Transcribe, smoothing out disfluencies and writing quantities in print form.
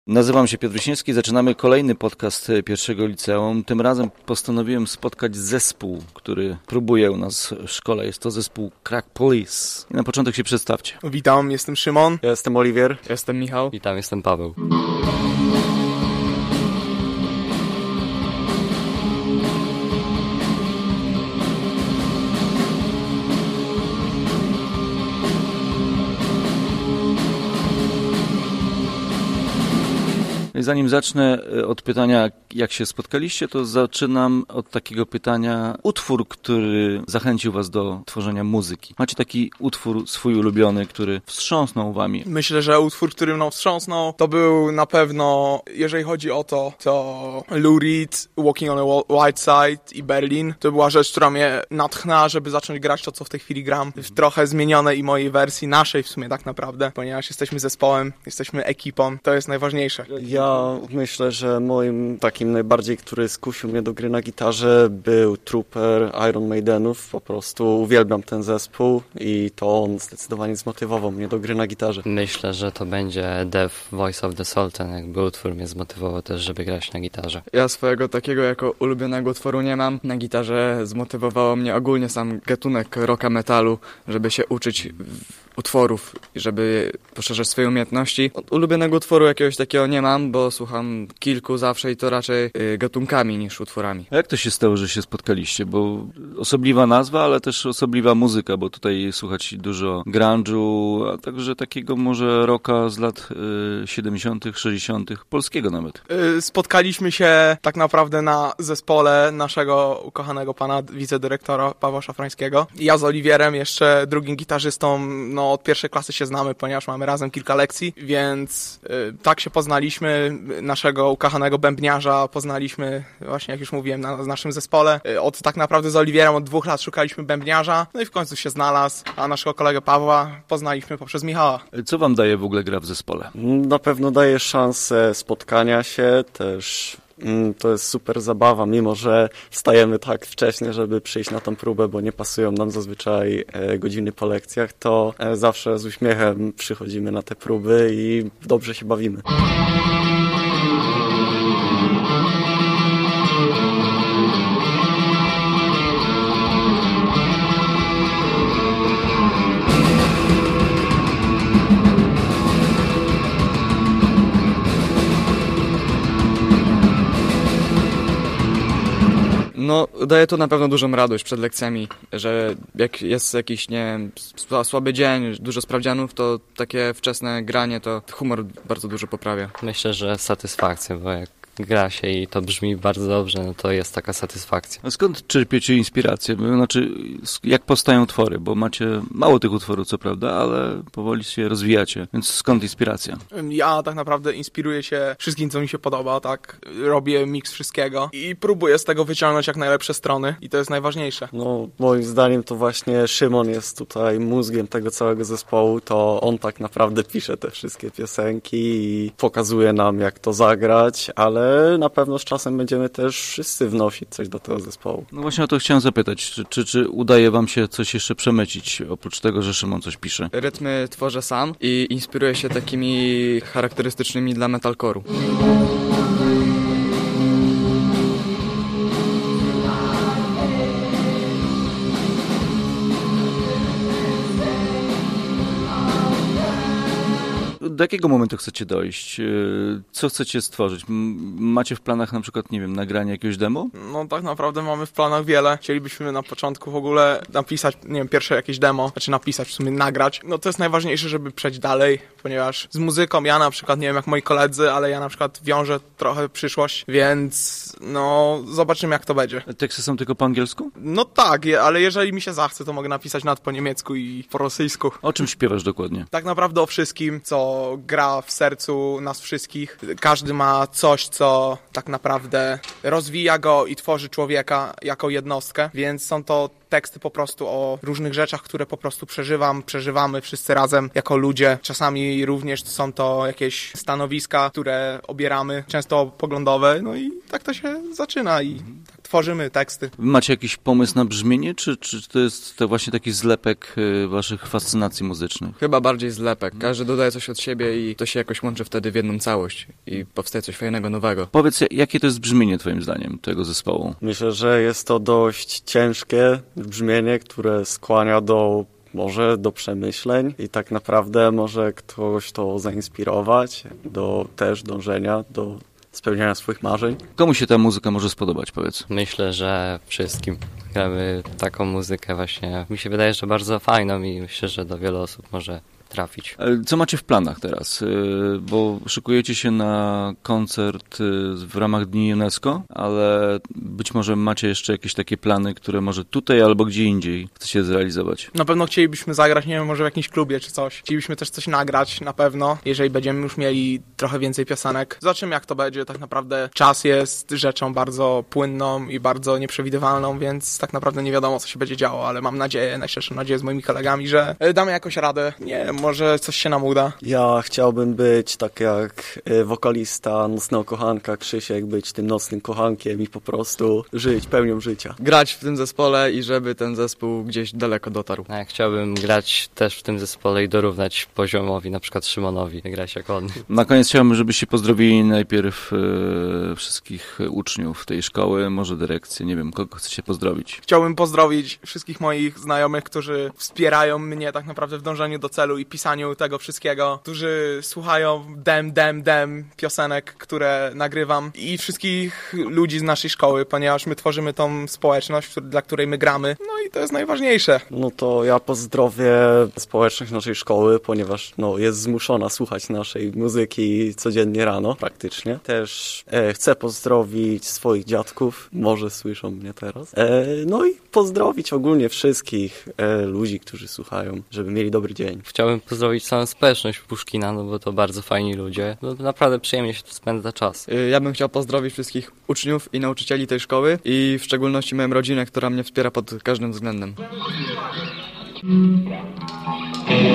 Nazywam się Piotr Wiśniewski, zaczynamy kolejny podcast pierwszego liceum. Tym razem postanowiłem spotkać zespół, który próbuje u nas w szkole. Jest to zespół Crack Police. I na początek się przedstawcie. Witam, jestem Szymon. Ja jestem Oliwier. Jestem Michał. Witam, jestem Paweł. Zanim zacznę od pytania, jak się spotkaliście, to zaczynam od takiego pytania. Utwór, który zachęcił was do tworzenia muzyki. Macie taki utwór swój ulubiony, który wstrząsnął wami? Myślę, że utwór, który mną wstrząsnął, to był na pewno, jeżeli chodzi o to Lou Reed, Walking on the White Side i Berlin. To była rzecz, która mnie natchnęła, żeby zacząć grać to, co w tej chwili gram. W trochę zmienionej mojej wersji, naszej w sumie tak naprawdę, ponieważ jesteśmy zespołem, jesteśmy ekipą. To jest najważniejsze. Ja myślę, że moim takim najbardziej, który skusił mnie do gry na gitarze, był Trooper Iron Maidenów. Po prostu uwielbiam ten zespół i to on zdecydowanie zmotywował mnie do gry na gitarze. Myślę, że to będzie Death Voice of the Soul, ten jakby utwór mnie zmotywował też, żeby grać na gitarze. Ja swojego takiego jako ulubionego utworu nie mam. Na gitarze zmotywowało mnie ogólnie sam gatunek rocka metalu, żeby się uczyć utworów i żeby poszerzać swoje umiejętności. Ulubionego utworu jakiegoś takiego nie mam, bo słucham kilku zawsze i to raczej gatunkami niż utworami. A jak to się stało, że się spotkaliście? Bo osobliwa nazwa, ale też osobliwa muzyka, bo tutaj słuchać dużo grunge'u, a także takiego może rocka z lat 70., 60., polskiego nawet. Spotkaliśmy się tak naprawdę na zespole naszego ukochanego pana wicedyrektora Pawła Szafrańskiego. Ja z Oliwierem, jeszcze drugim gitarzystą, od pierwszej klasy się znamy, ponieważ mamy razem kilka lekcji, więc tak się poznaliśmy. Naszego ukochanego bębniarza poznaliśmy właśnie, jak już mówiłem, na naszym zespole. Tak naprawdę z Oliwierem od 2 lat szukaliśmy bębniarza, no i w końcu się znalazł, a naszego kolegę Pawła poznaliśmy poprzez Michała. Co wam daje w ogóle gra w zespole? Na pewno daje szansę spotkania się też. To jest super zabawa, mimo że wstajemy tak wcześnie, żeby przyjść na tą próbę, bo nie pasują nam zazwyczaj godziny po lekcjach, to zawsze z uśmiechem przychodzimy na te próby i dobrze się bawimy. No, daje to na pewno dużą radość przed lekcjami, że jak jest jakiś, nie wiem, słaby dzień, dużo sprawdzianów, to takie wczesne granie to humor bardzo dużo poprawia. Myślę, że satysfakcja, bo jak gra się i to brzmi bardzo dobrze, no to jest taka satysfakcja. A skąd czerpiecie inspirację? Znaczy, jak powstają utwory? Bo macie mało tych utworów, co prawda, ale powoli się rozwijacie. Więc skąd inspiracja? Ja tak naprawdę inspiruję się wszystkim, co mi się podoba, tak? Robię miks wszystkiego i próbuję z tego wyciągnąć jak najlepsze strony i to jest najważniejsze. No, moim zdaniem to właśnie Szymon jest tutaj mózgiem tego całego zespołu, to on tak naprawdę pisze te wszystkie piosenki i pokazuje nam, jak to zagrać, ale na pewno z czasem będziemy też wszyscy wnosić coś do tego zespołu. No właśnie o to chciałem zapytać, czy udaje wam się coś jeszcze przemycić, oprócz tego, że Szymon coś pisze? Rytmy tworzę sam i inspiruję się takimi charakterystycznymi dla metalcore'u. Do jakiego momentu chcecie dojść? Co chcecie stworzyć? Macie w planach na przykład, nie wiem, nagranie jakiegoś demo? No tak naprawdę mamy w planach wiele. Chcielibyśmy na początku w ogóle napisać, nie wiem, pierwsze jakieś demo, napisać, w sumie nagrać. No to jest najważniejsze, żeby przejść dalej, ponieważ z muzyką ja na przykład, nie wiem jak moi koledzy, ale ja na przykład wiążę trochę przyszłość, więc zobaczymy jak to będzie. Teksty są tylko po angielsku? No tak, ale jeżeli mi się zachce, to mogę napisać nawet po niemiecku i po rosyjsku. O czym śpiewasz dokładnie? Tak naprawdę o wszystkim, co gra w sercu nas wszystkich. Każdy ma coś, co tak naprawdę rozwija go i tworzy człowieka jako jednostkę, więc są to teksty po prostu o różnych rzeczach, które po prostu przeżywamy wszyscy razem jako ludzie. Czasami również są to jakieś stanowiska, które obieramy, często poglądowe, no i tak to się zaczyna i tak tworzymy teksty. Macie jakiś pomysł na brzmienie, czy to jest to właśnie taki zlepek waszych fascynacji muzycznych? Chyba bardziej zlepek. Każdy dodaje coś od siebie i to się jakoś łączy wtedy w jedną całość i powstaje coś fajnego, nowego. Powiedz, jakie to jest brzmienie twoim zdaniem tego zespołu? Myślę, że jest to dość ciężkie brzmienie, które skłania może do przemyśleń i tak naprawdę może ktoś to zainspirować do też dążenia do spełniania swoich marzeń. Komu się ta muzyka może spodobać, powiedz? Myślę, że wszystkim. Gramy taką muzykę właśnie, mi się wydaje, że bardzo fajną i myślę, że do wielu osób może trafić. Co macie w planach teraz? Bo szykujecie się na koncert w ramach Dni UNESCO, ale być może macie jeszcze jakieś takie plany, które może tutaj albo gdzie indziej chcecie zrealizować. Na pewno chcielibyśmy zagrać, nie wiem, może w jakimś klubie czy coś. Chcielibyśmy też coś nagrać na pewno, jeżeli będziemy już mieli trochę więcej piosenek. Zobaczymy, jak to będzie. Tak naprawdę czas jest rzeczą bardzo płynną i bardzo nieprzewidywalną, więc tak naprawdę nie wiadomo, co się będzie działo, ale mam nadzieję, najszerszą nadzieję z moimi kolegami, że damy jakoś radę. Nie wiem, może coś się nam uda. Ja chciałbym być tak jak wokalista Nocnego Kochanka Krzysiek, być tym nocnym kochankiem i po prostu żyć pełnią życia. Grać w tym zespole i żeby ten zespół gdzieś daleko dotarł. Ja chciałbym grać też w tym zespole i dorównać poziomowi, na przykład Szymonowi, grać jak on. Na koniec chciałbym, żebyście pozdrowili najpierw wszystkich uczniów tej szkoły, może dyrekcję, nie wiem, kogo chcecie pozdrowić. Chciałbym pozdrowić wszystkich moich znajomych, którzy wspierają mnie tak naprawdę w dążeniu do celu i pisaniu tego wszystkiego, którzy słuchają piosenek, które nagrywam i wszystkich ludzi z naszej szkoły, ponieważ my tworzymy tą społeczność, dla której my gramy, no i to jest najważniejsze. No to ja pozdrowię społeczność naszej szkoły, ponieważ jest zmuszona słuchać naszej muzyki codziennie rano, praktycznie. Też chcę pozdrowić swoich dziadków, może słyszą mnie teraz. No i pozdrowić ogólnie wszystkich ludzi, którzy słuchają, żeby mieli dobry dzień. Chciałbym pozdrowić całą społeczność Puszkina, no bo to bardzo fajni ludzie. No, naprawdę przyjemnie się tu spędza czas. Ja bym chciał pozdrowić wszystkich uczniów i nauczycieli tej szkoły i w szczególności moją rodzinę, która mnie wspiera pod każdym względem.